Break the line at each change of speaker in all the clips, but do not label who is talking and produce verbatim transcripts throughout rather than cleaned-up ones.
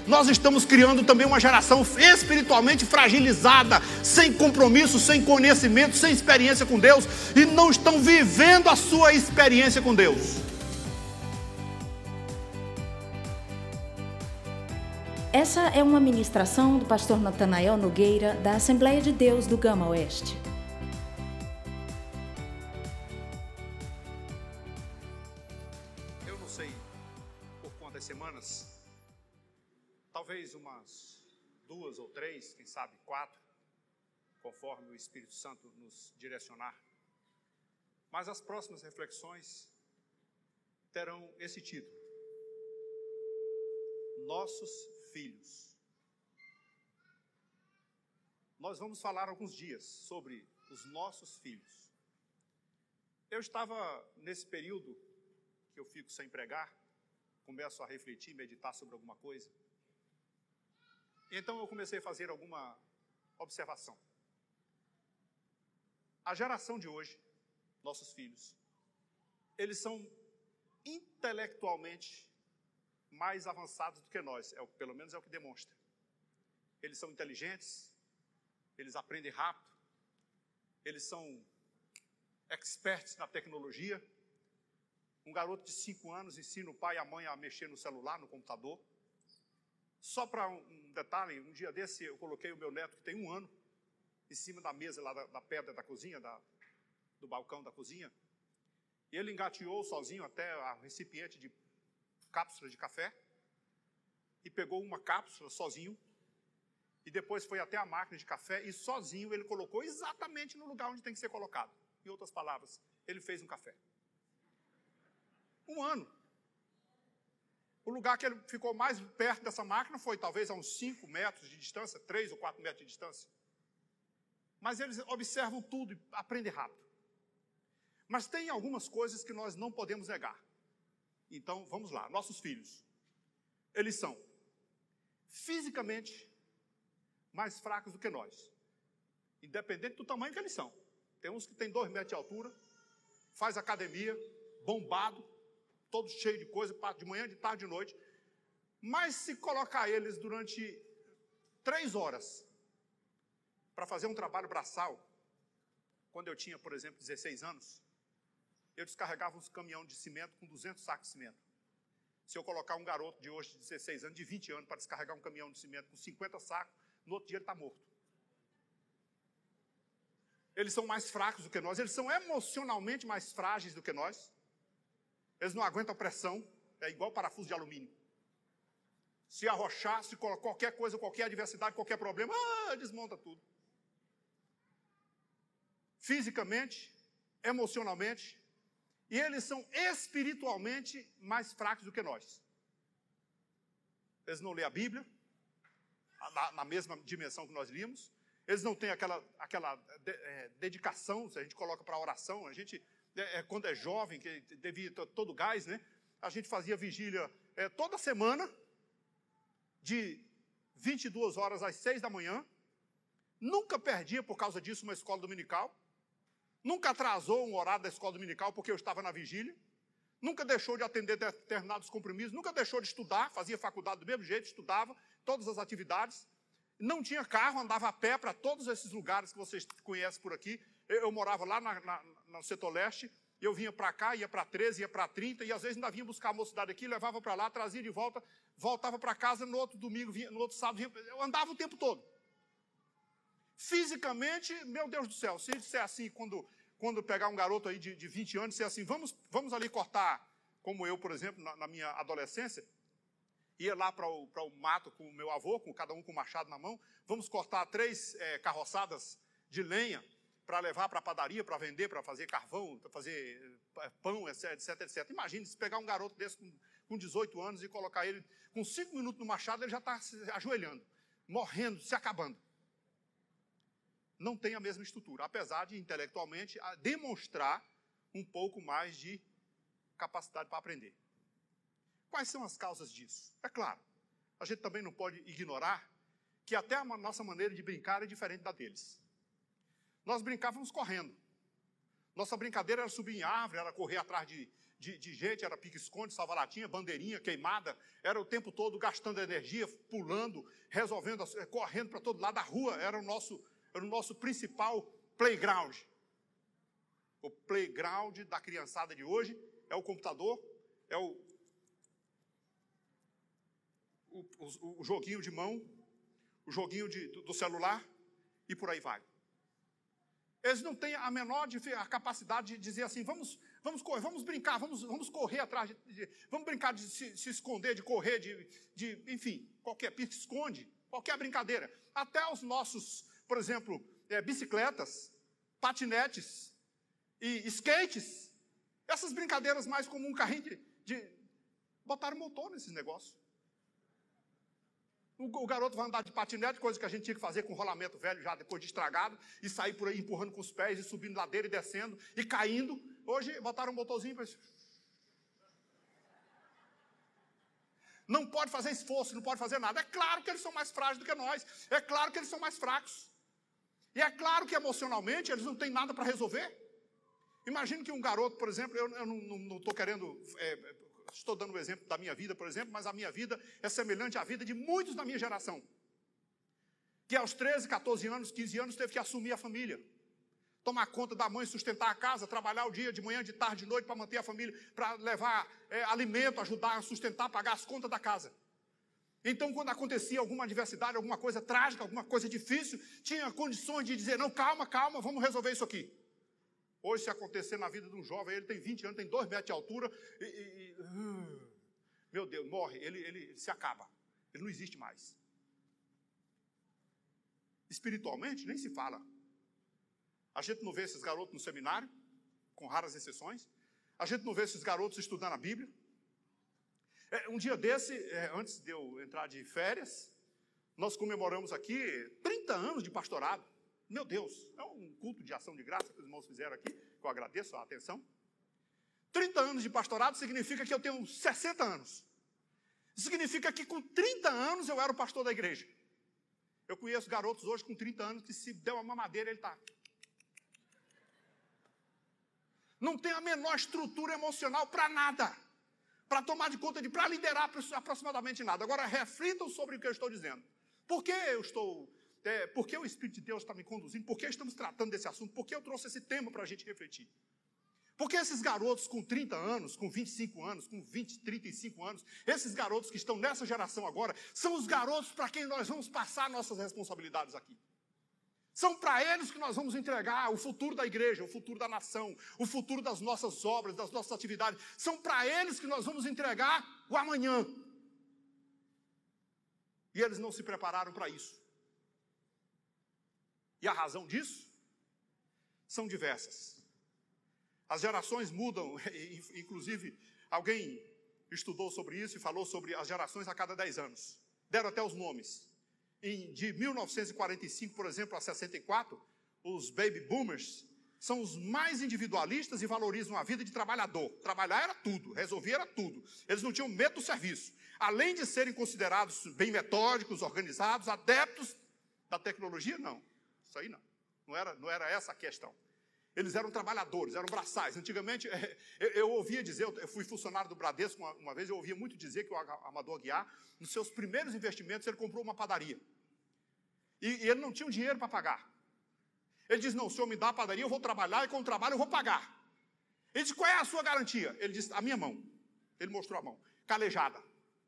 nós estamos criando também uma geração espiritualmente fragilizada, sem compromisso, sem conhecimento, sem experiência com Deus, e não estão vivendo a sua experiência com Deus.
Essa é uma ministração do pastor Natanael Nogueira, da Assembleia de Deus do Gama Oeste.
Eu não sei por quantas semanas, talvez umas duas ou três, quem sabe quatro, conforme o Espírito Santo nos direcionar. Mas as próximas reflexões terão esse título: Nossos Filhos. Nós vamos falar alguns dias sobre os nossos filhos. Eu estava nesse período que eu fico sem pregar, começo a refletir, meditar sobre alguma coisa. Então eu comecei a fazer alguma observação. A geração de hoje, nossos filhos, eles são intelectualmente mais avançados do que nós, é, pelo menos é o que demonstra. Eles são inteligentes, eles aprendem rápido, eles são experts na tecnologia. Um garoto de cinco anos ensina o pai e a mãe a mexer no celular, no computador. Só para um, um detalhe, um dia desse eu coloquei o meu neto, que tem um ano, em cima da mesa lá da, da pedra da cozinha, da, do balcão da cozinha, e ele engateou sozinho até a recipiente de cápsula de café, e pegou uma cápsula sozinho, e depois foi até a máquina de café, e sozinho ele colocou exatamente no lugar onde tem que ser colocado. Em outras palavras, ele fez um café. Um ano. O lugar que ele ficou mais perto dessa máquina foi talvez a uns cinco metros de distância, três ou quatro metros de distância. Mas eles observam tudo e aprendem rápido. Mas tem algumas coisas que nós não podemos negar. Então, vamos lá. Nossos filhos, eles são fisicamente mais fracos do que nós. Independente do tamanho que eles são. Tem uns que têm dois metros de altura, faz academia, bombado, todo cheio de coisa, de manhã, de tarde, de noite. Mas se colocar eles durante três horas para fazer um trabalho braçal, quando eu tinha, por exemplo, dezesseis anos, eu descarregava uns caminhões de cimento com duzentos sacos de cimento. Se eu colocar um garoto de hoje, de dezesseis anos, de vinte anos, para descarregar um caminhão de cimento com cinquenta sacos, no outro dia ele está morto. Eles são mais fracos do que nós, eles são emocionalmente mais frágeis do que nós. Eles não aguentam pressão, é igual parafuso de alumínio. Se arrochar, se qualquer coisa, qualquer adversidade, qualquer problema, ah, desmonta tudo. Fisicamente, emocionalmente, e eles são espiritualmente mais fracos do que nós. Eles não lêem a Bíblia, na, na mesma dimensão que nós líamos. Eles não têm aquela, aquela de, é, dedicação, se a gente coloca para a oração. A gente, é, quando é jovem, que devia todo gás, né? A gente fazia vigília é, toda semana, de vinte e duas horas às seis da manhã. Nunca perdia, por causa disso, uma escola dominical. Nunca atrasou um horário da escola dominical porque eu estava na vigília. Nunca deixou de atender determinados compromissos. Nunca deixou de estudar, fazia faculdade do mesmo jeito, estudava todas as atividades. Não tinha carro, andava a pé para todos esses lugares que vocês conhecem por aqui. Eu, eu morava lá na, na, no setor leste, eu vinha para cá, ia para treze, ia para trinta, e às vezes ainda vinha buscar a mocidade aqui, levava para lá, trazia de volta, voltava para casa, no outro domingo, vinha, no outro sábado, vinha, eu andava o tempo todo. Fisicamente, meu Deus do céu, se disser assim, quando, quando pegar um garoto aí de, de vinte anos, disser assim, vamos, vamos ali cortar, como eu, por exemplo, na, na minha adolescência, ia lá para o, para o mato com o meu avô, com cada um com o machado na mão, vamos cortar três é, carroçadas de lenha para levar para a padaria, para vender, para fazer carvão, para fazer pão, etc, etc, etcétera. Imagine se pegar um garoto desse com, com dezoito anos e colocar ele com cinco minutos no machado, ele já está se ajoelhando, morrendo, se acabando. Não tem a mesma estrutura, apesar de, intelectualmente, demonstrar um pouco mais de capacidade para aprender. Quais são as causas disso? É claro, a gente também não pode ignorar que até a nossa maneira de brincar é diferente da deles. Nós brincávamos correndo. Nossa brincadeira era subir em árvore, era correr atrás de, de, de gente, era pique-esconde, salva-latinha, bandeirinha, queimada, era o tempo todo gastando energia, pulando, resolvendo, correndo para todo lado. A rua era o nosso, era o nosso principal playground. O playground da criançada de hoje é o computador, é o, o, o, o joguinho de mão, o joguinho de, do, do celular e por aí vai. Eles não têm a menor a capacidade de dizer assim, vamos, vamos correr, vamos brincar, vamos, vamos correr atrás, de, de, vamos brincar de se, se esconder, de correr, de, de enfim, qualquer pique-esconde, qualquer brincadeira. Até os nossos, por exemplo, é, bicicletas, patinetes e skates, essas brincadeiras mais comuns, carrinho de, de... botaram motor nesses negócios. O garoto vai andar de patinete, coisa que a gente tinha que fazer com rolamento velho já depois de estragado, e sair por aí empurrando com os pés, e subindo ladeira e descendo, e caindo. Hoje botaram um motorzinho para isso. Não pode fazer esforço, não pode fazer nada. É claro que eles são mais frágeis do que nós. É claro que eles são mais fracos. E é claro que emocionalmente eles não têm nada para resolver. Imagine que um garoto, por exemplo, eu, eu não estou querendo... É, estou dando um exemplo da minha vida, por exemplo, mas a minha vida é semelhante à vida de muitos da minha geração. Que aos treze, catorze anos, quinze anos, teve que assumir a família. Tomar conta da mãe, sustentar a casa, trabalhar o dia, de manhã, de tarde, de noite, para manter a família, para levar é, alimento, ajudar a sustentar, pagar as contas da casa. Então, quando acontecia alguma adversidade, alguma coisa trágica, alguma coisa difícil, tinha condições de dizer, não, calma, calma, vamos resolver isso aqui. Hoje, se acontecer na vida de um jovem, ele tem vinte anos, tem dois metros de altura, e, e, e uh, meu Deus, morre, ele, ele, ele se acaba, ele não existe mais. Espiritualmente, nem se fala. A gente não vê esses garotos no seminário, com raras exceções, a gente não vê esses garotos estudando a Bíblia. É, um dia desse, é, antes de eu entrar de férias, nós comemoramos aqui trinta anos de pastorado. Meu Deus, é um culto de ação de graça que os irmãos fizeram aqui, que eu agradeço a atenção. trinta anos de pastorado significa que eu tenho sessenta anos. Significa que com trinta anos eu era o pastor da igreja. Eu conheço garotos hoje com trinta anos que se der uma mamadeira, ele está... Não tem a menor estrutura emocional para nada. Para tomar de conta de... para liderar aproximadamente nada. Agora, reflitam sobre o que eu estou dizendo. Por que eu estou... É, por que o Espírito de Deus está me conduzindo? Por que estamos tratando desse assunto? Por que eu trouxe esse tema para a gente refletir? Porque esses garotos com trinta anos, com vinte e cinco anos, com vinte, trinta e cinco anos, esses garotos que estão nessa geração agora, são os garotos para quem nós vamos passar nossas responsabilidades aqui. São para eles que nós vamos entregar o futuro da igreja, o futuro da nação, o futuro das nossas obras, das nossas atividades. São para eles que nós vamos entregar o amanhã. E eles não se prepararam para isso. E a razão disso são diversas. As gerações mudam, inclusive alguém estudou sobre isso e falou sobre as gerações a cada dez anos. Deram até os nomes. Em, de mil novecentos e quarenta e cinco, por exemplo, a sessenta e quatro, os baby boomers são os mais individualistas e valorizam a vida de trabalhador. Trabalhar era tudo, resolver era tudo. Eles não tinham medo do serviço. Além de serem considerados bem metódicos, organizados, adeptos da tecnologia, não. Isso aí não. Não era, não era essa a questão. Eles eram trabalhadores, eram braçais. Antigamente, eu, eu ouvia dizer, eu fui funcionário do Bradesco uma, uma vez, eu ouvia muito dizer que o Amador Aguiar, nos seus primeiros investimentos, ele comprou uma padaria. E, e ele não tinha o dinheiro para pagar. Ele disse, não, o senhor me dá a padaria, eu vou trabalhar, e com o trabalho eu vou pagar. Ele disse, qual é a sua garantia? Ele disse, a minha mão. Ele mostrou a mão. Calejada.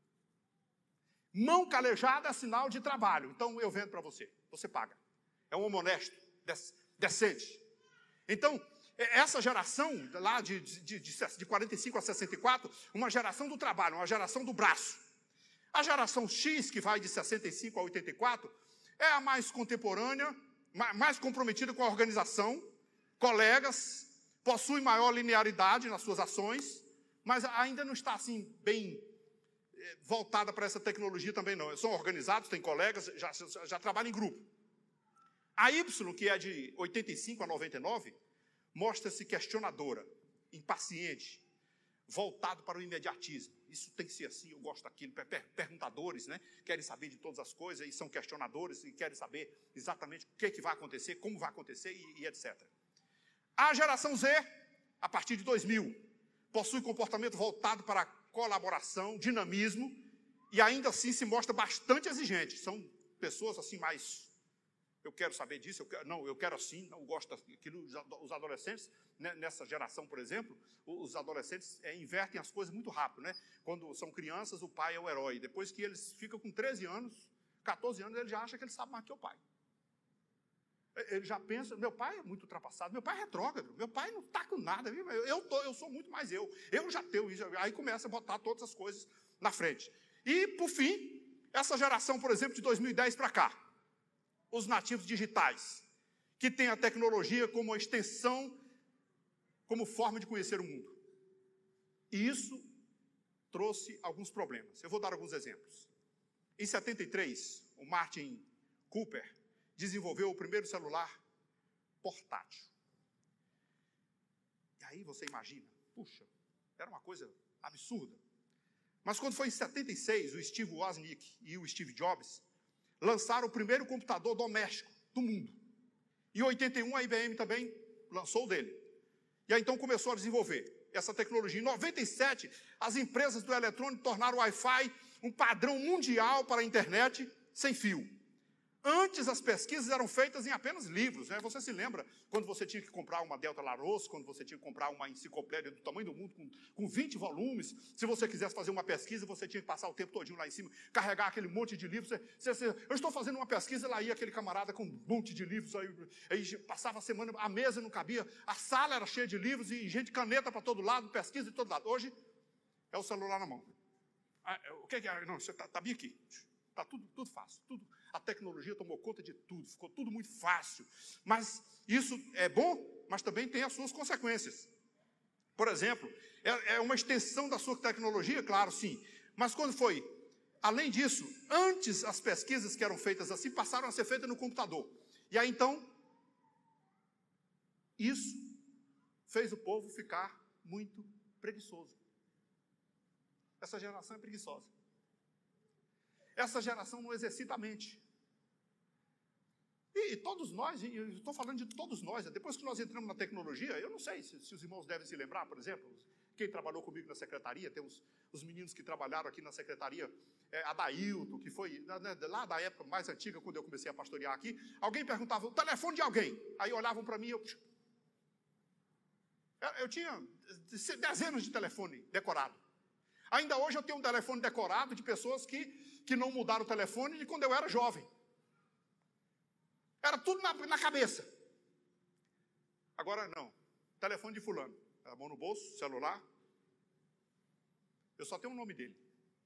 Mão calejada é sinal de trabalho. Então, eu vendo para você. Você paga. É um homem honesto, decente. Então, essa geração, lá de, de, de, de quarenta e cinco a sessenta e quatro, uma geração do trabalho, uma geração do braço. A geração X, que vai de sessenta e cinco a oitenta e quatro, é a mais contemporânea, mais comprometida com a organização, colegas, possui maior linearidade nas suas ações, mas ainda não está assim bem voltada para essa tecnologia também não. São organizados, têm colegas, já, já, já trabalham em grupo. A Y, que é de oitenta e cinco a noventa e nove, mostra-se questionadora, impaciente, voltado para o imediatismo. Isso tem que ser assim, eu gosto daquilo. Perguntadores, né? Querem saber de todas as coisas e são questionadores e querem saber exatamente o que, é que vai acontecer, como vai acontecer e, e etcétera. A geração Z, a partir de dois mil, possui comportamento voltado para colaboração, dinamismo, e ainda assim se mostra bastante exigente. São pessoas assim mais, eu quero saber disso, eu quero, não, eu quero assim, não gosto daquilo. Os adolescentes, né, nessa geração, por exemplo, os adolescentes é, invertem as coisas muito rápido, né? Quando são crianças, o pai é o herói. Depois que eles ficam com treze anos, quatorze anos, ele já acha que ele sabe mais que o pai. Ele já pensa, meu pai é muito ultrapassado, meu pai é retrógrado, meu pai não está com nada, eu, tô, eu sou muito mais eu, eu já tenho isso. Aí começa a botar todas as coisas na frente. E, por fim, essa geração, por exemplo, de dois mil e dez para cá, os nativos digitais, que tem a tecnologia como uma extensão, como forma de conhecer o mundo. E isso trouxe alguns problemas. Eu vou dar alguns exemplos. Em setenta e três, o Martin Cooper desenvolveu o primeiro celular portátil. E aí você imagina, puxa, era uma coisa absurda. Mas quando foi em setenta e seis, o Steve Wozniak e o Steve Jobs lançaram o primeiro computador doméstico do mundo. Em oitenta e um, a I B M também lançou o dele. E aí então começou a desenvolver essa tecnologia. Em noventa e sete, as empresas do eletrônico tornaram o Wi-Fi um padrão mundial para a internet sem fio. Antes, as pesquisas eram feitas em apenas livros, né? Você se lembra quando você tinha que comprar uma Delta Larousse, quando você tinha que comprar uma enciclopédia do tamanho do mundo, com, com vinte volumes. Se você quisesse fazer uma pesquisa, você tinha que passar o tempo todinho lá em cima, carregar aquele monte de livros. Você, você, eu estou fazendo uma pesquisa, lá ia aquele camarada com um monte de livros, aí, aí passava a semana, a mesa não cabia, a sala era cheia de livros e gente caneta para todo lado, pesquisa de todo lado. Hoje, é o celular na mão. Ah, o que é? Não, você está tá bem aqui. Está tudo, tudo fácil, tudo. A tecnologia tomou conta de tudo, ficou tudo muito fácil. Mas isso é bom, mas também tem as suas consequências. Por exemplo, é, é uma extensão da sua tecnologia, claro, sim. Mas quando foi, além disso, antes as pesquisas que eram feitas assim, passaram a ser feitas no computador. E aí então, isso fez o povo ficar muito preguiçoso. Essa geração é preguiçosa. Essa geração não exercita a mente. E, e todos nós, e eu estou falando de todos nós, depois que nós entramos na tecnologia, eu não sei se, se os irmãos devem se lembrar, por exemplo, quem trabalhou comigo na secretaria, tem os, os meninos que trabalharam aqui na secretaria, é, Adailton, que foi né, lá da época mais antiga, quando eu comecei a pastorear aqui, alguém perguntava o telefone de alguém, aí olhavam para mim e eu... Eu tinha dezenas de telefone decorado. Ainda hoje eu tenho um telefone decorado de pessoas que, que não mudaram o telefone de quando eu era jovem. Era tudo na, na cabeça. Agora não. Telefone de fulano. A mão no bolso, celular. Eu só tenho o nome dele.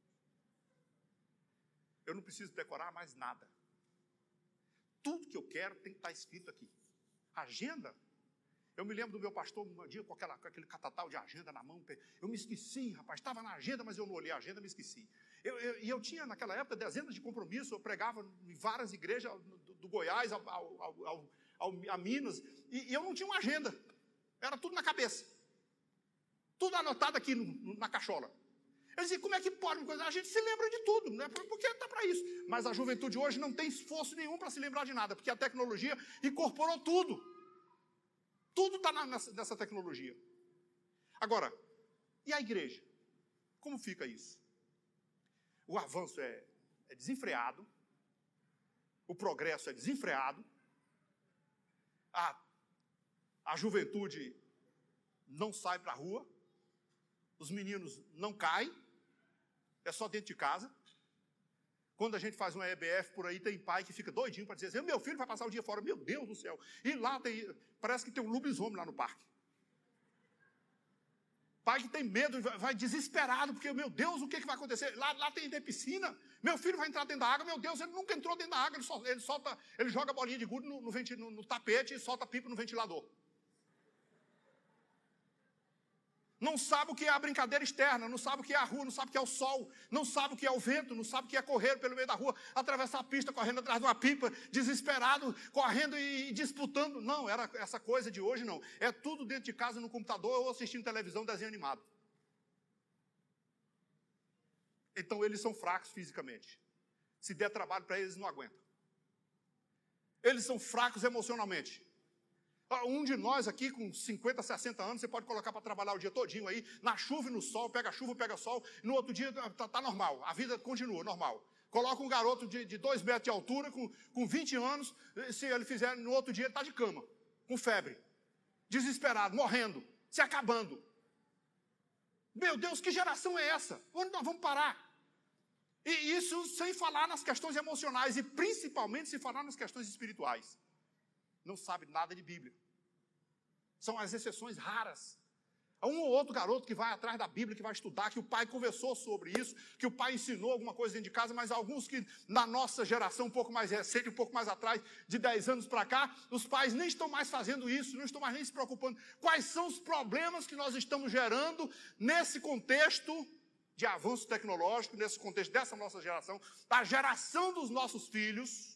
Eu não preciso decorar mais nada. Tudo que eu quero tem que estar escrito aqui. Agenda. Eu me lembro do meu pastor um dia com, aquela, com aquele catatal de agenda na mão. Eu me esqueci, rapaz. Estava na agenda, mas eu não olhei a agenda, me esqueci. E eu, eu, eu tinha, naquela época, dezenas de compromissos. Eu pregava em várias igrejas, do, do Goiás ao, ao, ao, ao, a Minas. E, e eu não tinha uma agenda. Era tudo na cabeça. Tudo anotado aqui no, no, na cachola. Eu dizia, como é que pode? A gente se lembra de tudo, né? Porque está para isso. Mas a juventude hoje não tem esforço nenhum para se lembrar de nada, porque a tecnologia incorporou tudo. Tudo está nessa, nessa tecnologia. Agora, e a igreja? Como fica isso? O avanço é, é desenfreado, o progresso é desenfreado, a, a juventude não sai para a rua, os meninos não caem, é só dentro de casa. Quando a gente faz uma E B F por aí, tem pai que fica doidinho para dizer assim, meu filho vai passar o dia fora, meu Deus do céu. E lá tem, parece que tem um lobisomem lá no parque. Pai que tem medo, vai desesperado, porque, meu Deus, o que, que vai acontecer? Lá, lá tem, tem piscina, meu filho vai entrar dentro da água, meu Deus, ele nunca entrou dentro da água, ele, sol, ele, solta, ele joga bolinha de gude no, no, no, no tapete e solta pipa no ventilador. Não sabe o que é a brincadeira externa, não sabe o que é a rua, não sabe o que é o sol, não sabe o que é o vento, não sabe o que é correr pelo meio da rua, atravessar a pista, correndo atrás de uma pipa, desesperado, correndo e disputando. Não, era essa coisa de hoje não. É tudo dentro de casa, no computador ou assistindo televisão, desenho animado. Então eles são fracos fisicamente. Se der trabalho para eles, não aguentam. Eles são fracos emocionalmente. Um de nós aqui com cinquenta, sessenta anos, você pode colocar para trabalhar o dia todinho aí, na chuva e no sol, pega chuva, pega sol, no outro dia está tá normal, a vida continua normal. Coloca um garoto de, de dois metros de altura, com, com vinte anos, se ele fizer, no outro dia ele está de cama, com febre, desesperado, morrendo, se acabando. Meu Deus, que geração é essa? Onde nós vamos parar? E isso sem falar nas questões emocionais e principalmente sem falar nas questões espirituais. Não sabe nada de Bíblia. São as exceções raras. Há um ou outro garoto que vai atrás da Bíblia, que vai estudar, que o pai conversou sobre isso, que o pai ensinou alguma coisa dentro de casa, mas alguns que na nossa geração, um pouco mais recente, um pouco mais atrás, de dez anos para cá, os pais nem estão mais fazendo isso, não estão mais nem se preocupando. Quais são os problemas que nós estamos gerando nesse contexto de avanço tecnológico, nesse contexto dessa nossa geração, da geração dos nossos filhos?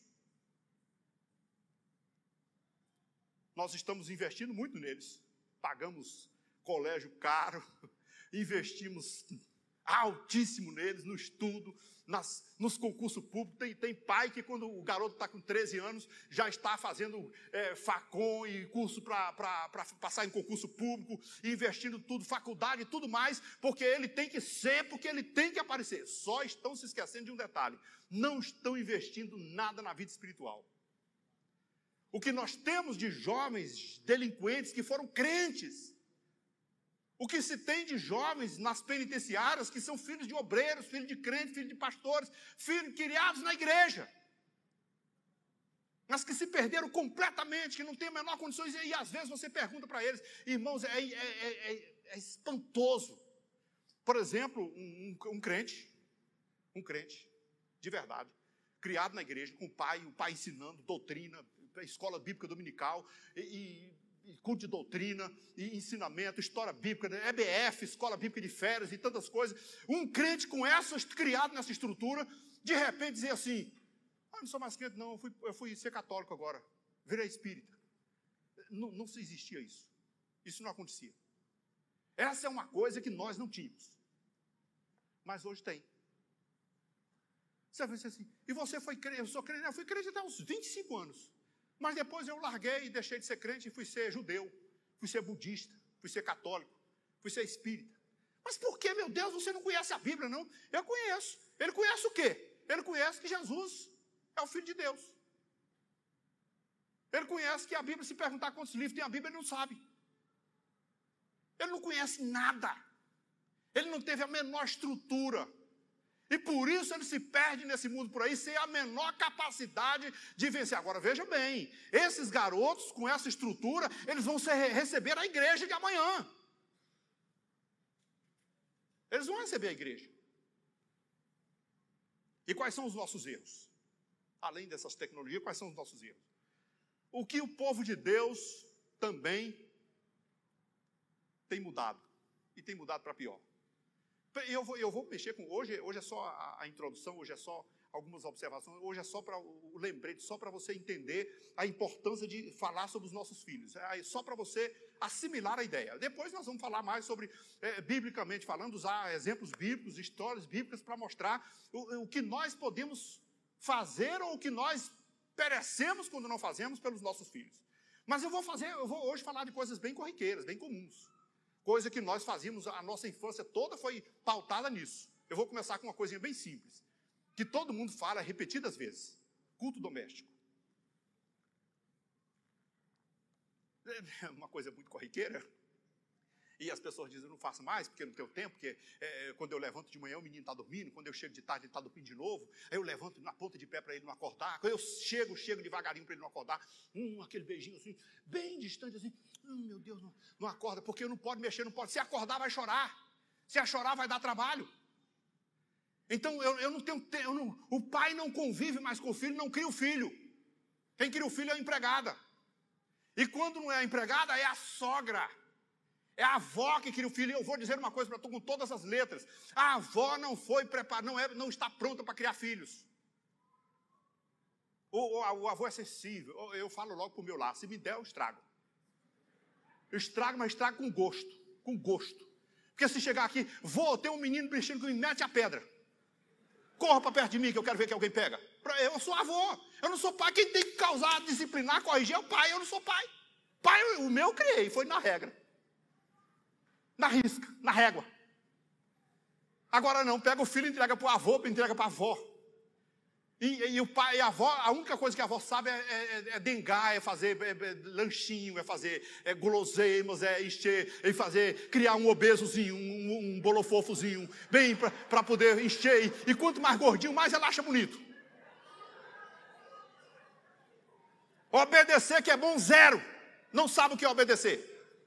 Nós estamos investindo muito neles. Pagamos colégio caro, investimos altíssimo neles, no estudo, nas, nos concursos públicos. Tem, tem pai que quando o garoto está com treze anos, já está fazendo é, facom e curso para passar em concurso público, investindo tudo, faculdade e tudo mais, porque ele tem que ser, porque ele tem que aparecer. Só estão se esquecendo de um detalhe: não estão investindo nada na vida espiritual. O que nós temos de jovens delinquentes que foram crentes, o que se tem de jovens nas penitenciárias que são filhos de obreiros, filhos de crentes, filhos de pastores, filhos criados na igreja, mas que se perderam completamente, que não têm a menor condições, e às vezes você pergunta para eles, irmãos, é, é, é, é, é espantoso. Por exemplo, um, um, um crente, um crente, de verdade, criado na igreja, com o pai, o pai ensinando doutrina, escola bíblica dominical, e, e culto de doutrina, e ensinamento, história bíblica, E B F, escola bíblica de férias e tantas coisas. Um crente com essa, criado nessa estrutura, de repente dizer assim: ah, não sou mais crente não, eu fui, eu fui ser católico agora, virei espírita. Não, não se existia isso. Isso não acontecia. Essa é uma coisa que nós não tínhamos. Mas hoje tem. Você vai dizer assim: e você foi crente? Eu sou crente, eu fui crente até uns vinte e cinco anos. Mas depois eu larguei e deixei de ser crente e fui ser judeu, fui ser budista, fui ser católico, fui ser espírita. Mas por que, meu Deus, você não conhece a Bíblia, não? Eu conheço. Ele conhece o quê? Ele conhece que Jesus é o Filho de Deus. Ele conhece que a Bíblia, se perguntar quantos livros tem a Bíblia, ele não sabe. Ele não conhece nada. Ele não teve a menor estrutura. E por isso ele se perde nesse mundo por aí, sem a menor capacidade de vencer. Agora, veja bem, esses garotos, com essa estrutura, eles vão ser, receber a igreja de amanhã. Eles vão receber a igreja. E quais são os nossos erros? Além dessas tecnologias, quais são os nossos erros? O que o povo de Deus também tem mudado. E tem mudado para pior. Eu vou, eu vou mexer com... Hoje, hoje é só a, a introdução, hoje é só algumas observações, hoje é só para o lembrete, só para você entender a importância de falar sobre os nossos filhos. É só para você assimilar a ideia. Depois nós vamos falar mais sobre, é, biblicamente falando, usar exemplos bíblicos, histórias bíblicas para mostrar o, o que nós podemos fazer ou o que nós perecemos quando não fazemos pelos nossos filhos. Mas eu vou fazer, eu vou hoje falar de coisas bem corriqueiras, bem comuns. Coisa que nós fazíamos, a nossa infância toda foi pautada nisso. Eu vou começar com uma coisinha bem simples, que todo mundo fala repetidas vezes: culto doméstico. É uma coisa muito corriqueira. E as pessoas dizem: eu não faço mais, porque não tenho tempo, porque é, quando eu levanto de manhã o menino está dormindo, quando eu chego de tarde ele está dormindo de novo, aí eu levanto na ponta de pé para ele não acordar, quando eu chego, chego devagarinho para ele não acordar, hum, aquele beijinho assim, bem distante assim, hum, meu Deus, não, não acorda, porque não pode mexer, não pode, se acordar vai chorar, se a chorar vai dar trabalho. Então eu, eu não tenho tempo, não, o pai não convive mais com o filho, não cria o filho. Quem cria o filho é a empregada. E quando não é a empregada, é a sogra. É a avó que cria o filho. E eu vou dizer uma coisa para tu com todas as letras: a avó não foi preparada, não, é, não está pronta para criar filhos. O, o, o avô é sensível. Eu falo logo para o meu lado: se me der, eu estrago. Eu estrago, mas estrago com gosto. Com gosto. Porque se chegar aqui, vou ter um menino mexendo que me mete a pedra. Corra para perto de mim que eu quero ver que alguém pega. Eu sou avô. Eu não sou pai. Quem tem que causar, disciplinar, corrigir é o pai. Eu não sou pai. Pai, o meu eu criei, foi na regra. Na risca, na régua. Agora não, pega o filho e entrega para o avô, entrega para a avó. E, e o pai e a avó, a única coisa que a avó sabe é, é, é dengar, é fazer é, é, lanchinho, é fazer é, guloseimas, é encher, é fazer, criar um obesozinho, um, um bolofofozinho, bem para poder encher. E, e quanto mais gordinho, mais ela acha bonito. Obedecer que é bom, zero. Não sabe o que é obedecer.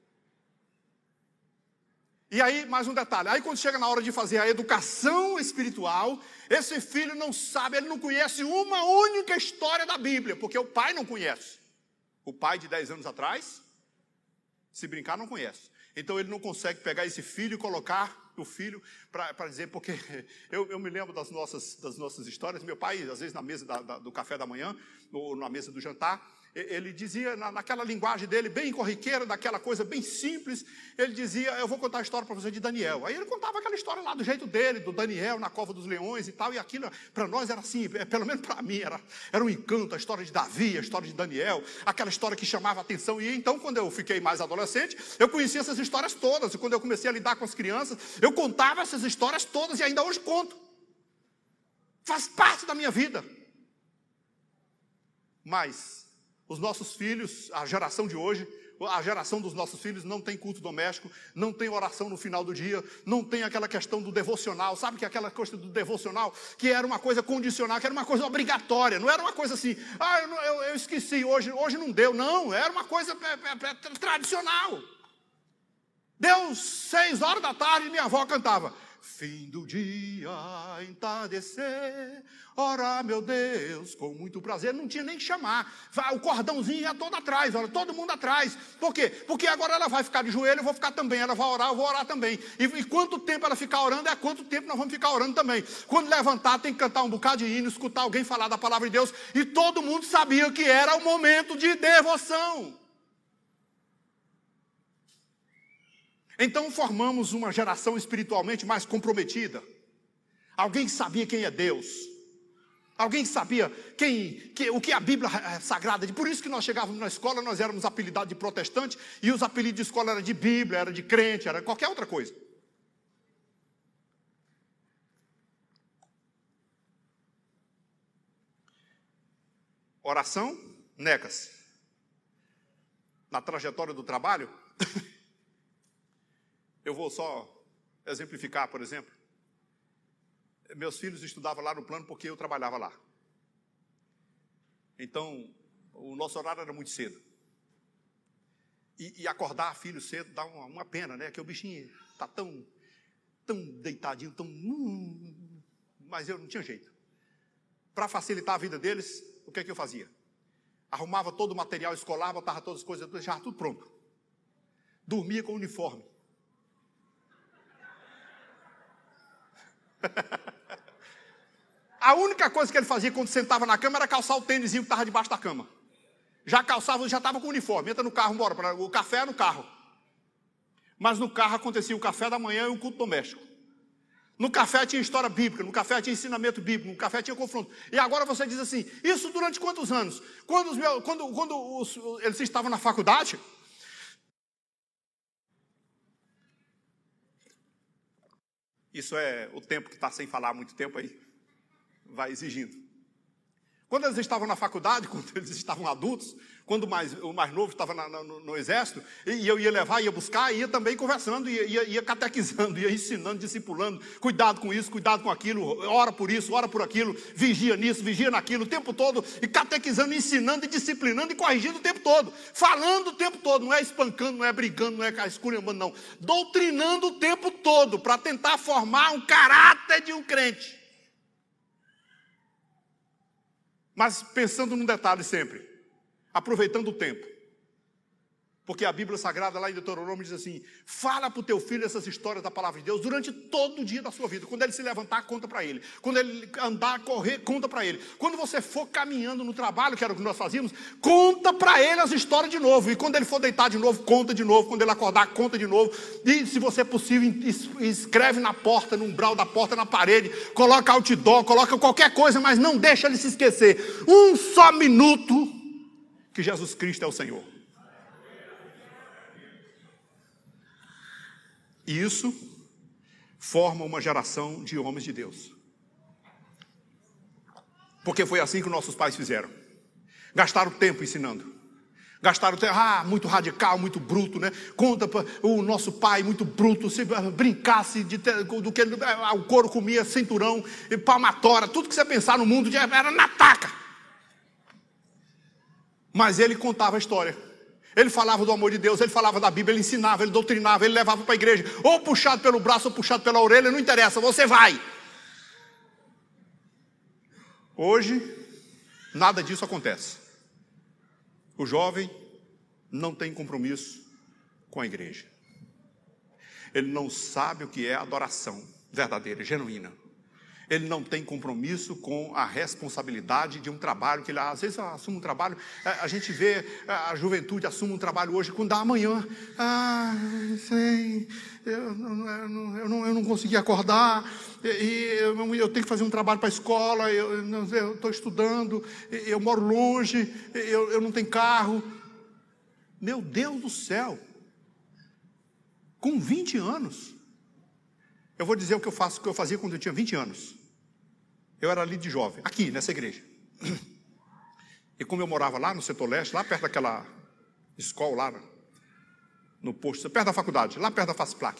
E aí, mais um detalhe, aí quando chega na hora de fazer a educação espiritual, esse filho não sabe, ele não conhece uma única história da Bíblia, porque o pai não conhece. O pai de dez anos atrás, se brincar, não conhece. Então ele não consegue pegar esse filho e colocar o filho para dizer, porque eu, eu me lembro das nossas, das nossas histórias. Meu pai, às vezes na mesa da, da, do café da manhã, ou na mesa do jantar, ele dizia, na, naquela linguagem dele, bem corriqueira, daquela coisa bem simples, ele dizia, eu vou contar a história para você de Daniel. Aí ele contava aquela história lá do jeito dele, do Daniel na cova dos leões e tal, e aquilo para nós era assim, pelo menos para mim, era, era um encanto, a história de Davi, a história de Daniel, aquela história que chamava a atenção. E então, quando eu fiquei mais adolescente, eu conhecia essas histórias todas, e quando eu comecei a lidar com as crianças, eu contava essas histórias todas, e ainda hoje conto. Faz parte da minha vida. Mas os nossos filhos, a geração de hoje, a geração dos nossos filhos não tem culto doméstico, não tem oração no final do dia, não tem aquela questão do devocional. Sabe que aquela coisa do devocional, que era uma coisa condicional, que era uma coisa obrigatória, não era uma coisa assim, ah, eu, eu, eu esqueci, hoje, hoje não deu. Não, era uma coisa é, é, é, tradicional. Deu seis horas da tarde e minha avó cantava, fim do dia, entardecer, ora meu Deus, com muito prazer. Não tinha nem que chamar, o cordãozinho ia todo atrás, olha, todo mundo atrás. Por quê? Porque agora ela vai ficar de joelho, eu vou ficar também, ela vai orar, eu vou orar também. E, e quanto tempo ela ficar orando, é quanto tempo nós vamos ficar orando também. Quando levantar, tem que cantar um bocado de hino, escutar alguém falar da palavra de Deus, e todo mundo sabia que era o momento de devoção. Então formamos uma geração espiritualmente mais comprometida. Alguém que sabia quem é Deus. Alguém que sabia quem, que, o que a Bíblia Sagrada diz. Por isso que nós chegávamos na escola, nós éramos apelidados de protestante, e os apelidos de escola eram de Bíblia, era de crente, era qualquer outra coisa. Oração, nega-se. Na trajetória do trabalho... Eu vou só exemplificar, por exemplo. Meus filhos estudavam lá no plano porque eu trabalhava lá. Então, o nosso horário era muito cedo. E, e acordar filho cedo dá uma, uma pena, né? Que o bichinho está tão, tão deitadinho, tão... Hum, mas eu não tinha jeito. Para facilitar a vida deles, o que é que eu fazia? Arrumava todo o material escolar, botava todas as coisas, deixava tudo pronto. Dormia com o uniforme. A única coisa que ele fazia quando sentava na cama era calçar o tênisinho que estava debaixo da cama. Já calçava, já estava com o uniforme. Entra no carro, embora. Para o café é no carro. Mas no carro acontecia o café da manhã e o culto doméstico. No café tinha história bíblica, no café tinha ensinamento bíblico, no café tinha confronto. E agora você diz assim, isso durante quantos anos? Quando, os meus, quando, quando os, eles estavam na faculdade... Isso é o tempo que está sem falar há muito tempo aí. Vai exigindo. Quando eles estavam na faculdade, quando eles estavam adultos, quando o mais, o mais novo estava na, no, no exército, e eu ia levar, ia buscar, ia também conversando, ia, ia, ia catequizando, ia ensinando, discipulando, cuidado com isso, cuidado com aquilo, ora por isso, ora por aquilo, vigia nisso, vigia naquilo, o tempo todo, e catequizando, ensinando, e disciplinando, e corrigindo o tempo todo, falando o tempo todo, não é espancando, não é brigando, não é esculhambando, não, doutrinando o tempo todo, para tentar formar um caráter de um crente. Mas pensando num detalhe sempre, aproveitando o tempo. Porque a Bíblia Sagrada lá em Deuteronômio diz assim, fala para o teu filho essas histórias da palavra de Deus durante todo o dia da sua vida. Quando ele se levantar, conta para ele. Quando ele andar, correr, conta para ele. Quando você for caminhando no trabalho, que era o que nós fazíamos, conta para ele as histórias de novo. E quando ele for deitar de novo, conta de novo. Quando ele acordar, conta de novo. E se você é possível, escreve na porta, no umbral da porta, na parede, coloca outdoor, coloca qualquer coisa, mas não deixa ele se esquecer. Um só minuto que Jesus Cristo é o Senhor. E isso forma uma geração de homens de Deus. Porque foi assim que nossos pais fizeram. Gastaram tempo ensinando. Gastaram tempo, ah, muito radical, muito bruto, né? Conta para o nosso pai, muito bruto, se brincasse de ter, do que ah, o couro comia, cinturão, palmatória, tudo que você pensar no mundo era na taca. Mas ele contava a história. Ele falava do amor de Deus, ele falava da Bíblia, ele ensinava, ele doutrinava, ele levava para a igreja. Ou puxado pelo braço, ou puxado pela orelha, não interessa, você vai. Hoje, nada disso acontece. O jovem não tem compromisso com a igreja. Ele não sabe o que é adoração verdadeira, genuína. Ele não tem compromisso com a responsabilidade de um trabalho, que ele às vezes assume um trabalho, a gente vê a juventude assume um trabalho hoje, quando dá amanhã, ah, sei, eu não, eu não, eu não consegui acordar, e eu, eu tenho que fazer um trabalho para a escola, eu estou estudando, eu moro longe, eu, eu não tenho carro. Meu Deus do céu, com vinte anos, eu vou dizer o que eu faço, o que eu fazia quando eu tinha vinte anos. Eu era líder de jovem, aqui nessa igreja. E como eu morava lá no setor leste, lá perto daquela escola lá, no posto, perto da faculdade, lá perto da Fasplac.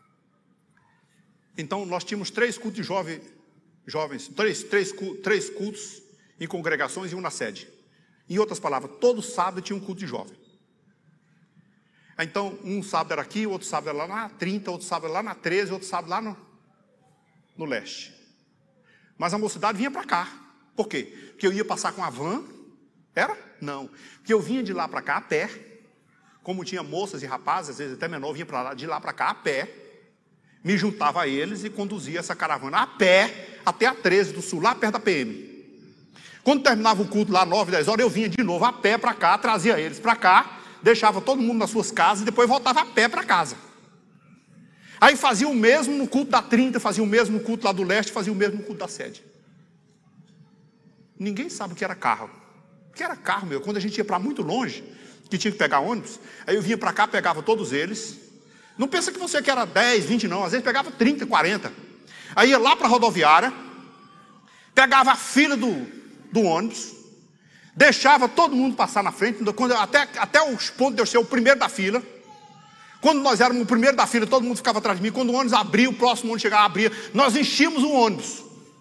Então nós tínhamos três cultos de jovem, jovens, três, três, três cultos em congregações e um na sede. Em outras palavras, todo sábado tinha um culto de jovem. Então, um sábado era aqui, outro sábado era lá na trinta, outro sábado era lá na treze, outro sábado lá no, no leste. Mas a mocidade vinha para cá. Por quê? Porque eu ia passar com a van? Era? Não. Porque eu vinha de lá para cá a pé. Como tinha moças e rapazes, às vezes até menor, vinha pra lá, de lá para cá a pé. Me juntava a eles e conduzia essa caravana a pé até a treze do sul, lá perto da P M. Quando terminava o culto lá, nove, dez horas, eu vinha de novo a pé para cá, trazia eles para cá, deixava todo mundo nas suas casas e depois voltava a pé para casa. Aí fazia o mesmo no culto da trinta, fazia o mesmo no culto lá do leste, fazia o mesmo no culto da sede. Ninguém sabe o que era carro. O que era carro, meu? Quando a gente ia para muito longe, que tinha que pegar ônibus, aí eu vinha para cá, pegava todos eles. Não pensa que você que era dez, vinte não, às vezes pegava trinta, quarenta. Aí ia lá para a rodoviária, pegava a fila do, do ônibus, deixava todo mundo passar na frente, quando, até, até os pontos de eu ser o primeiro da fila. Quando nós éramos o primeiro da fila, todo mundo ficava atrás de mim. Quando o ônibus abria, o próximo ônibus chegava, abria. Nós enchíamos o ônibus.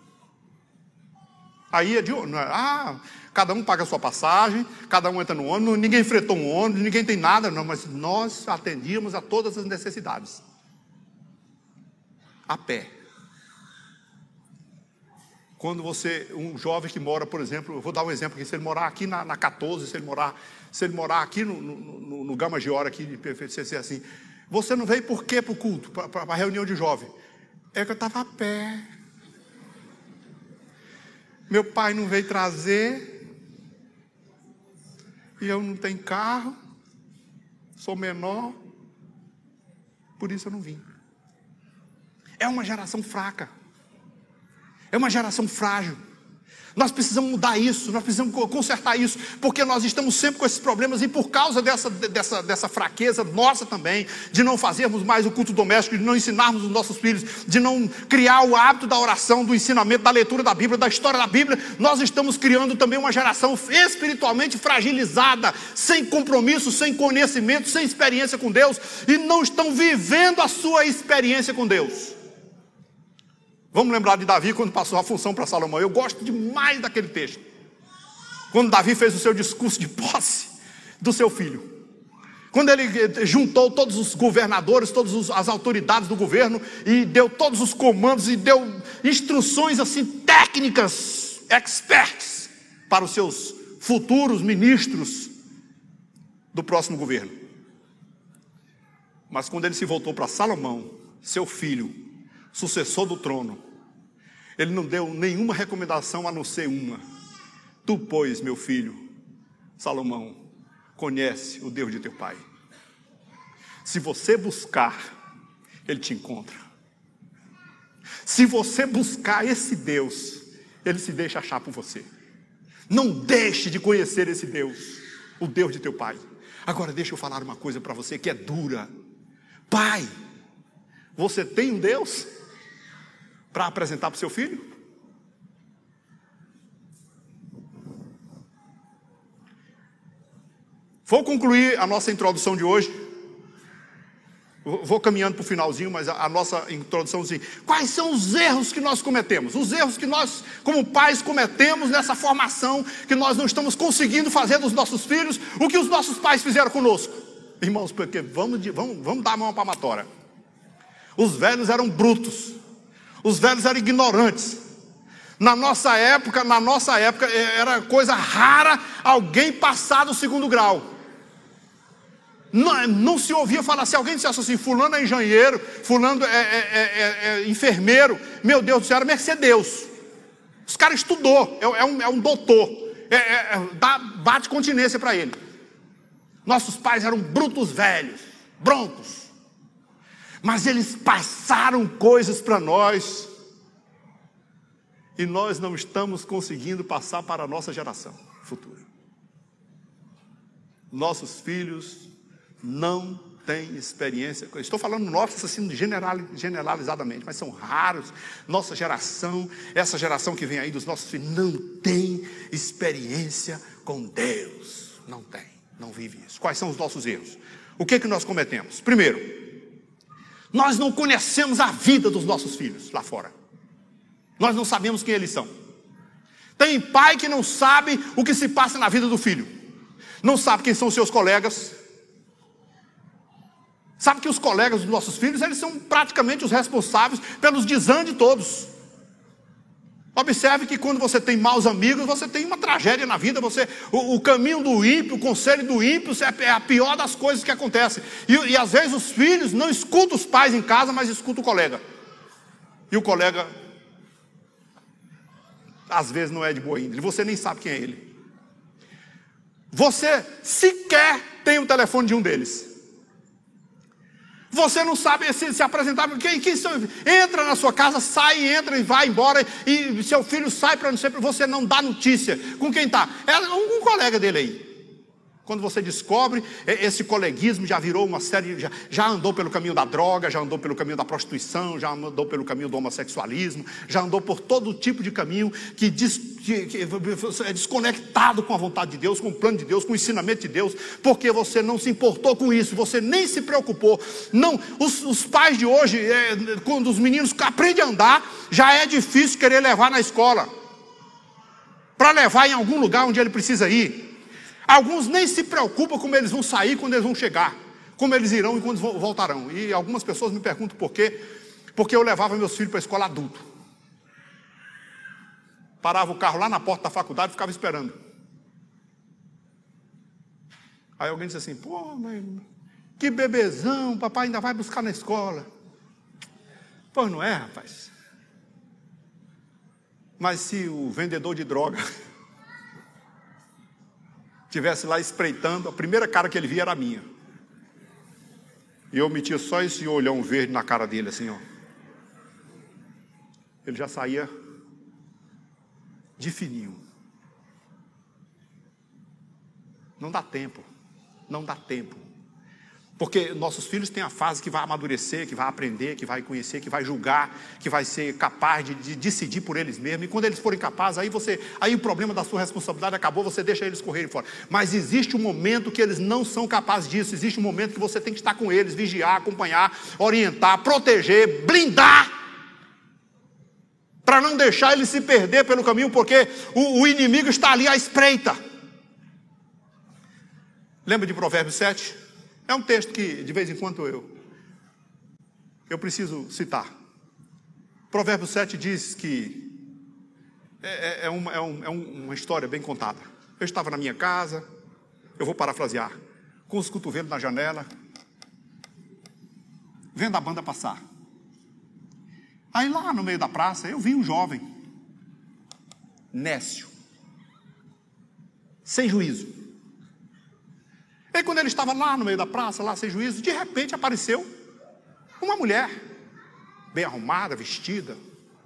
Aí, de, ah, cada um paga a sua passagem, cada um entra no ônibus, ninguém fretou um ônibus, ninguém tem nada, não, mas nós atendíamos a todas as necessidades. A pé. Quando você, um jovem que mora, por exemplo, eu vou dar um exemplo aqui, se ele morar aqui na, na quatorze, se ele morar, se ele morar aqui no, no, no, no Gama Giora, aqui de P C C, assim, você não veio por quê para o culto, para a reunião de jovem? É que eu estava a pé. Meu pai não veio trazer, e eu não tenho carro, sou menor, por isso eu não vim. É uma geração fraca. É uma geração frágil. Nós precisamos mudar isso, nós precisamos consertar isso, porque nós estamos sempre com esses problemas e por causa dessa, dessa, dessa fraqueza nossa também, de não fazermos mais o culto doméstico, de não ensinarmos os nossos filhos, de não criar o hábito da oração, do ensinamento, da leitura da Bíblia, da história da Bíblia, nós estamos criando também uma geração espiritualmente fragilizada, sem compromisso, sem conhecimento, sem experiência com Deus, e não estão vivendo a sua experiência com Deus. Vamos lembrar de Davi quando passou a função para Salomão. Eu gosto demais daquele texto. Quando Davi fez o seu discurso de posse do seu filho. Quando ele juntou todos os governadores, todas as autoridades do governo e deu todos os comandos e deu instruções assim técnicas, experts, para os seus futuros ministros do próximo governo. Mas quando ele se voltou para Salomão, seu filho, sucessor do trono, ele não deu nenhuma recomendação a não ser uma. Tu, pois, meu filho, Salomão, conhece o Deus de teu pai. Se você buscar, ele te encontra. Se você buscar esse Deus, ele se deixa achar por você. Não deixe de conhecer esse Deus, o Deus de teu pai. Agora deixa eu falar uma coisa para você que é dura. Pai, Você tem um Deus para apresentar para o seu filho? Vou concluir a nossa introdução de hoje. Vou caminhando para o finalzinho, mas a, a nossa introdução assim: quais são os erros que nós cometemos? Os erros que nós, como pais, cometemos nessa formação, que nós não estamos conseguindo fazer dos nossos filhos o que os nossos pais fizeram conosco. Irmãos, porque vamos, de, vamos, vamos dar a mão à palmatória. Os velhos eram brutos, os velhos eram ignorantes. Na nossa época, na nossa época, era coisa rara alguém passar do segundo grau. Não, não se ouvia falar, se alguém dissesse assim: fulano é engenheiro, fulano é, é, é, é enfermeiro, meu Deus do céu, era mercê Deus. Os caras estudou, é, é, um, é um doutor, é, é, dá, bate continência para ele. Nossos pais eram brutos velhos, broncos, mas eles passaram coisas para nós, e nós não estamos conseguindo passar para a nossa geração futura. Nossos filhos não têm experiência. Estou falando nossos assim generalizadamente, mas são raros. Nossa geração, essa geração que vem aí dos nossos filhos, não tem experiência com Deus. Não tem, não vive isso. Quais são os nossos erros? O que é que nós cometemos? Primeiro, nós não conhecemos a vida dos nossos filhos lá fora. Nós não sabemos quem eles são. Tem pai que não sabe o que se passa na vida do filho. Não sabe quem são os seus colegas. Sabe que os colegas dos nossos filhos, eles são praticamente os responsáveis pelos desandes de todos. Observe que quando você tem maus amigos, você tem uma tragédia na vida. Você, o, o caminho do ímpio, o conselho do ímpio é a pior das coisas que acontecem. E, e às vezes os filhos não escutam os pais em casa, mas escutam o colega. E o colega, às vezes, não é de boa índole. Você nem sabe quem é ele. Você sequer tem o telefone de um deles. Você não sabe se, se apresentar. Quem, quem são? Entra na sua casa, sai, entra e vai embora. E seu filho sai para não sei, você não dá notícia. Com quem está? É um, um colega dele aí. Quando você descobre, esse coleguismo já virou uma série, já, já andou pelo caminho da droga, já andou pelo caminho da prostituição, já andou pelo caminho do homossexualismo, já andou por todo tipo de caminho que, diz, que, que é desconectado com a vontade de Deus, com o plano de Deus, com o ensinamento de Deus, porque você não se importou com isso, você nem se preocupou. Não, os, os pais de hoje, é, quando os meninos aprendem a andar, já é difícil querer levar na escola, para levar em algum lugar onde ele precisa ir. Alguns nem se preocupam como eles vão sair, quando eles vão chegar, como eles irão e quando voltarão. E algumas pessoas me perguntam por quê. Porque eu levava meus filhos para a escola adulto. Parava o carro lá na porta da faculdade e ficava esperando. Aí alguém disse assim: pô, mas que bebezão, papai ainda vai buscar na escola. Pois não é, rapaz. Mas se o vendedor de droga estivesse lá espreitando, a primeira cara que ele via era a minha. E eu metia só esse olhão verde na cara dele, assim, ó. Ele já saía de fininho. Não dá tempo. Não dá tempo. Porque nossos filhos têm a fase que vai amadurecer, que vai aprender, que vai conhecer, que vai julgar, que vai ser capaz de, de decidir por eles mesmos. E quando eles forem capazes, aí, você, aí o problema da sua responsabilidade acabou, você deixa eles correrem fora. Mas existe um momento que eles não são capazes disso. Existe um momento que você tem que estar com eles, vigiar, acompanhar, orientar, proteger, blindar, para não deixar eles se perder pelo caminho, porque o, o inimigo está ali à espreita. Lembra de Provérbios sete? É um texto que de vez em quando eu eu preciso citar. Provérbios sete diz que é, é, uma, é, um, é uma história bem contada. Eu estava na minha casa, eu vou parafrasear, com os cotovelos na janela, vendo a banda passar. Aí lá no meio da praça eu vi um jovem, nécio, sem juízo. E quando ele estava lá no meio da praça, lá sem juízo, de repente apareceu uma mulher, bem arrumada, vestida,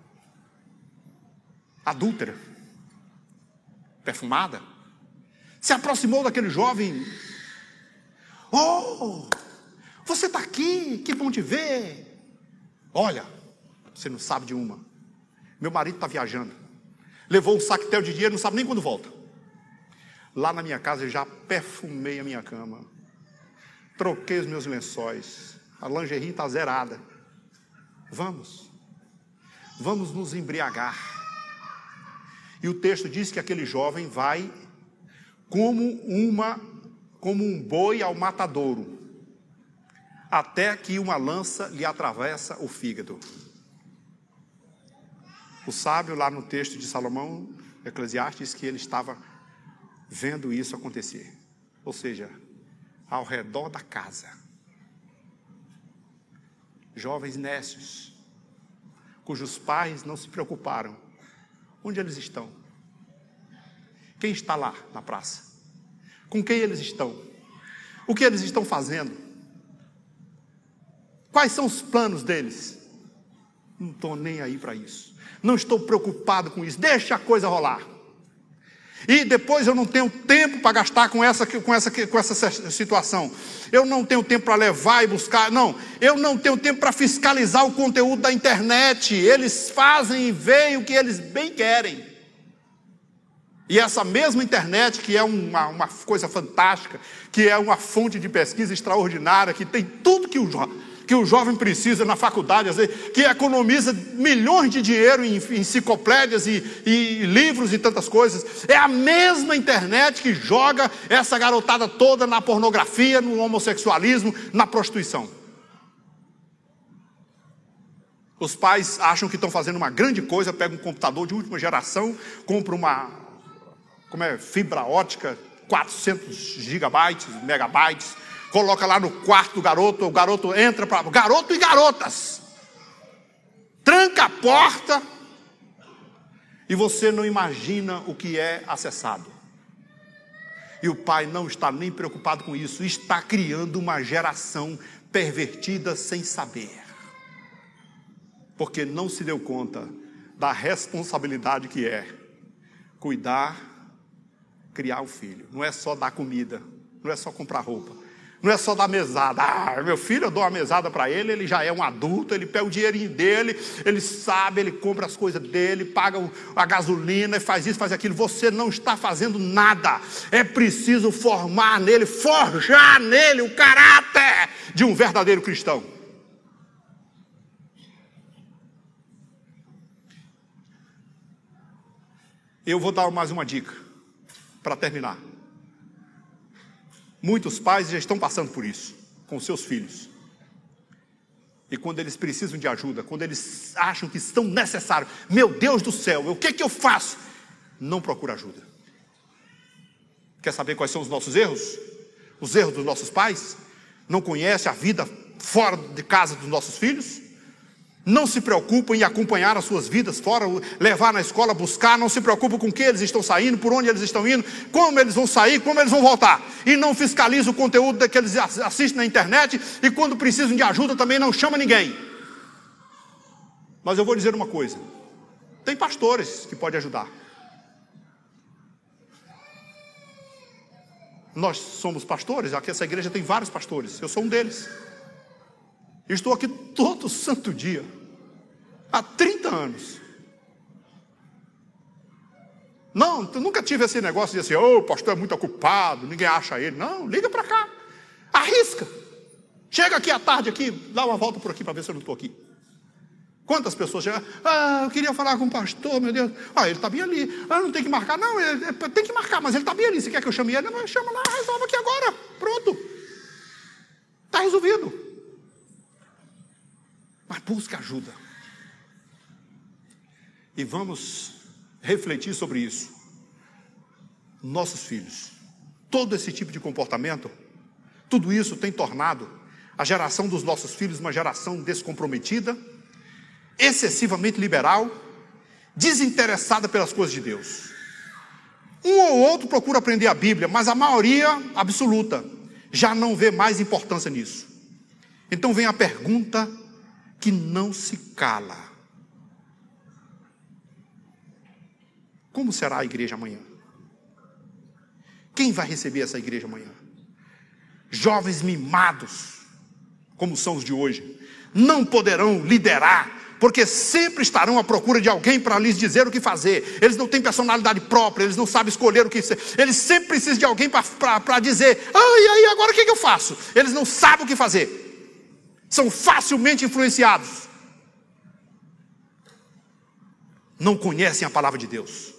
adúltera, perfumada, se aproximou daquele jovem. Oh, você está aqui, que bom te ver. Olha, você não sabe de uma. Meu marido está viajando. Levou um saquetel de dinheiro, não sabe nem quando volta. Lá na minha casa eu já perfumei a minha cama. Troquei os meus lençóis. A lingerie está zerada. Vamos. Vamos nos embriagar. E o texto diz que aquele jovem vai como uma, como um boi ao matadouro, até que uma lança lhe atravessa o fígado. O sábio, lá no texto de Salomão, Eclesiastes, diz que ele estava vendo isso acontecer. Ou seja, ao redor da casa. Jovens nécios, cujos pais não se preocuparam. Onde eles estão? Quem está lá na praça? Com quem eles estão? O que eles estão fazendo? Quais são os planos deles? Não estou nem aí para isso. Não estou preocupado com isso. Deixa a coisa rolar. E depois eu não tenho tempo para gastar com essa, com, essa, com essa situação. Eu não tenho tempo para levar e buscar. Não, eu não tenho tempo para fiscalizar o conteúdo da internet. Eles fazem e veem o que eles bem querem. E essa mesma internet, que é uma, uma coisa fantástica, que é uma fonte de pesquisa extraordinária, que tem tudo que o, que o jovem precisa na faculdade, às vezes, que economiza milhões de dinheiro em enciclopédias e, e livros e tantas coisas, é a mesma internet que joga essa garotada toda na pornografia, no homossexualismo, na prostituição. Os pais acham que estão fazendo uma grande coisa, pegam um computador de última geração, compram uma... como é, fibra ótica, quatrocentos gigabytes, megabytes, coloca lá no quarto do garoto, o garoto entra para... Garoto e garotas! Tranca a porta e você não imagina o que é acessado. E o pai não está nem preocupado com isso, está criando uma geração pervertida sem saber. Porque não se deu conta da responsabilidade que é cuidar, criar o filho. Não é só dar comida, não é só comprar roupa, não é só dar mesada. Ah, meu filho, eu dou uma mesada para ele, ele já é um adulto, ele pega o dinheirinho dele, ele sabe, ele compra as coisas dele, paga a gasolina, faz isso, faz aquilo. Você não está fazendo nada. É preciso formar nele, forjar nele o caráter de um verdadeiro cristão. Eu vou dar mais uma dica para terminar. Muitos pais já estão passando por isso com seus filhos. E quando eles precisam de ajuda, quando eles acham que estão necessários, meu Deus do céu, o que é que eu faço? Não procura ajuda. Quer saber quais são os nossos erros? Os erros dos nossos pais? Não conhece a vida fora de casa dos nossos filhos? Não se preocupam em acompanhar as suas vidas fora, levar na escola, buscar, não se preocupam com o que eles estão saindo, por onde eles estão indo, como eles vão sair, como eles vão voltar. E não fiscalizam o conteúdo que eles assistem na internet, e quando precisam de ajuda também não chama ninguém. Mas eu vou dizer uma coisa, tem pastores que podem ajudar. Nós somos pastores, aqui essa igreja tem vários pastores, eu sou um deles. Estou aqui todo santo dia, há trinta anos. Não, eu nunca tive esse negócio de assim, oh, o pastor é muito ocupado, ninguém acha ele. Não, liga para cá, arrisca. Chega aqui à tarde, aqui, dá uma volta por aqui para ver se eu não estou aqui. Quantas pessoas chegam? Ah, eu queria falar com o pastor, meu Deus. Ah, ele está bem ali. Ah, não tem que marcar. Não, ele, tem que marcar, mas ele está bem ali. Você quer que eu chame ele? Não, chama lá, resolve aqui agora. Pronto. Está resolvido. Mas busque ajuda. E vamos refletir sobre isso. Nossos filhos, todo esse tipo de comportamento, tudo isso tem tornado a geração dos nossos filhos uma geração descomprometida, excessivamente liberal, desinteressada pelas coisas de Deus. Um ou outro procura aprender a Bíblia, mas a maioria absoluta já não vê mais importância nisso. Então vem a pergunta que não se cala: como será a igreja amanhã? Quem vai receber essa igreja amanhã? Jovens mimados, como são os de hoje, não poderão liderar, porque sempre estarão à procura de alguém para lhes dizer o que fazer. Eles não têm personalidade própria, eles não sabem escolher o que ser. Eles sempre precisam de alguém para dizer, ah, e aí, agora o que, que eu faço? Eles não sabem o que fazer. São facilmente influenciados. Não conhecem a palavra de Deus.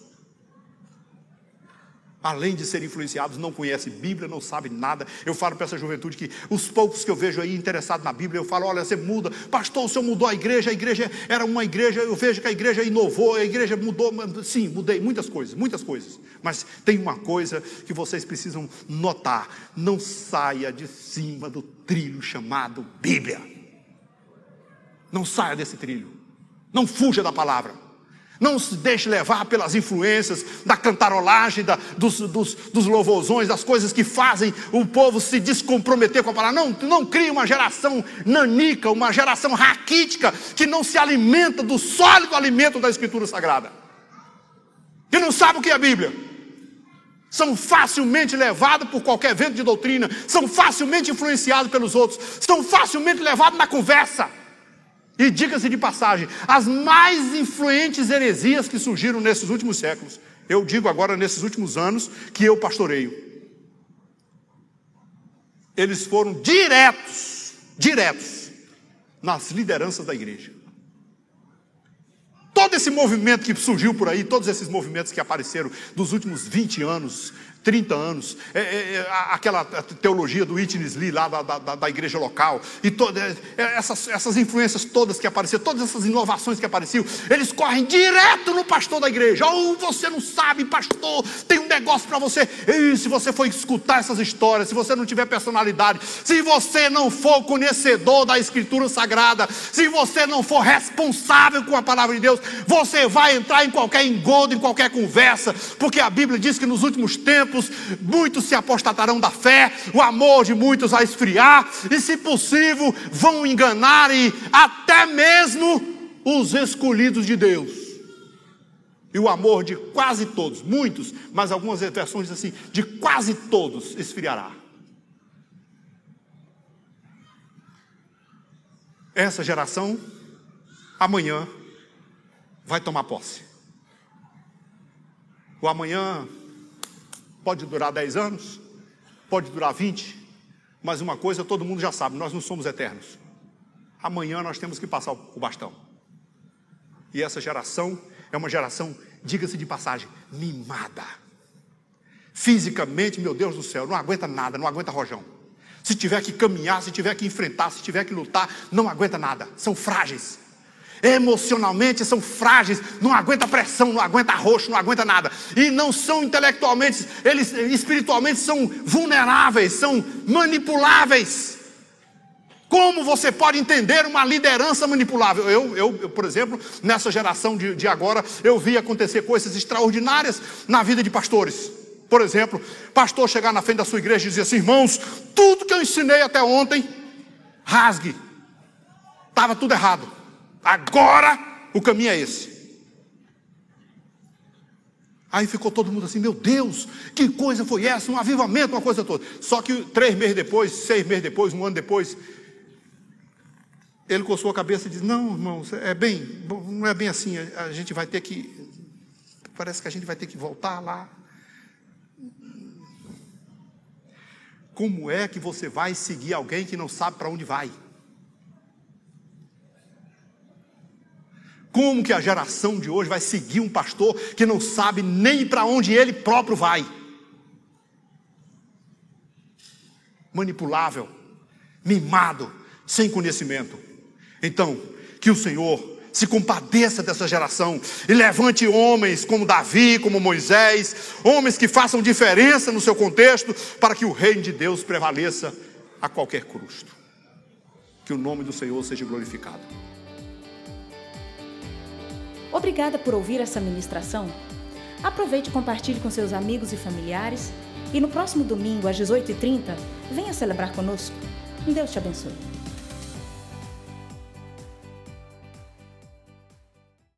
Além de serem influenciados, não conhecem Bíblia, não sabem nada. Eu falo para essa juventude que os poucos que eu vejo aí interessados na Bíblia, eu falo, olha, você muda, pastor, o senhor mudou a igreja, a igreja era uma igreja, eu vejo que a igreja inovou, a igreja mudou, sim, mudei muitas coisas, muitas coisas. Mas tem uma coisa que vocês precisam notar, não saia de cima do trilho chamado Bíblia. Não saia desse trilho, não fuja da palavra. Não se deixe levar pelas influências da cantarolagem, da, dos, dos, dos louvorzões, das coisas que fazem o povo se descomprometer com a palavra. Não, não crie uma geração nanica, uma geração raquítica, que não se alimenta do sólido alimento da Escritura Sagrada. Que não sabe o que é a Bíblia. São facilmente levados por qualquer vento de doutrina. São facilmente influenciados pelos outros. São facilmente levados na conversa. E diga-se de passagem, as mais influentes heresias que surgiram nesses últimos séculos, eu digo agora nesses últimos anos que eu pastoreio, eles foram diretos, diretos, nas lideranças da igreja. Todo esse movimento que surgiu por aí, todos esses movimentos que apareceram dos últimos vinte anos, trinta anos, é, é, aquela teologia do Witness Lee lá da, da, da igreja local, e todas essas, essas influências todas que apareceram, todas essas inovações que apareciam, eles correm direto no pastor da igreja. Oh, você não sabe, pastor, tem um negócio para você. E se você for escutar essas histórias, se você não tiver personalidade, se você não for conhecedor da Escritura Sagrada, se você não for responsável com a palavra de Deus, você vai entrar em qualquer engodo, em qualquer conversa, porque a Bíblia diz que nos últimos tempos muitos se apostatarão da fé, o amor de muitos vai esfriar, e se possível vão enganar e até mesmo os escolhidos de Deus. E o amor de quase todos, muitos, mas algumas versões dizem assim, de quase todos esfriará. Essa geração amanhã vai tomar posse. O amanhã pode durar dez anos, pode durar vinte, mas uma coisa todo mundo já sabe, nós não somos eternos. Amanhã nós temos que passar o bastão. E essa geração é uma geração, diga-se de passagem, mimada. Fisicamente, meu Deus do céu, não aguenta nada, não aguenta rojão. Se tiver que caminhar, se tiver que enfrentar, se tiver que lutar, não aguenta nada, são frágeis. Emocionalmente são frágeis, não aguenta pressão, não aguenta roxo, não aguenta nada. E não são intelectualmente, eles espiritualmente são vulneráveis, são manipuláveis. Como você pode entender uma liderança manipulável? Eu, eu, eu por exemplo, nessa geração de, de agora, eu vi acontecer coisas extraordinárias na vida de pastores. Por exemplo, pastor chegar na frente da sua igreja e dizer assim, irmãos, tudo que eu ensinei até ontem, rasgue. Estava tudo errado. Agora o caminho é esse. Aí ficou todo mundo assim, meu Deus, que coisa foi essa? Um avivamento, uma coisa toda. Só que três meses depois, seis meses depois, um ano depois, ele coçou a cabeça e disse, não, irmãos, é bem, não é bem assim, a gente vai ter que, parece que a gente vai ter que voltar lá. Como é que você vai seguir alguém que não sabe para onde vai? Como que a geração de hoje vai seguir um pastor que não sabe nem para onde ele próprio vai? Manipulável, mimado, sem conhecimento. Então, que o Senhor se compadeça dessa geração e levante homens como Davi, como Moisés, homens que façam diferença no seu contexto, para que o reino de Deus prevaleça a qualquer custo. Que o nome do Senhor seja glorificado.
Obrigada por ouvir essa ministração. Aproveite e compartilhe com seus amigos e familiares. E no próximo domingo, às dezoito e trinta, venha celebrar conosco. Deus te abençoe.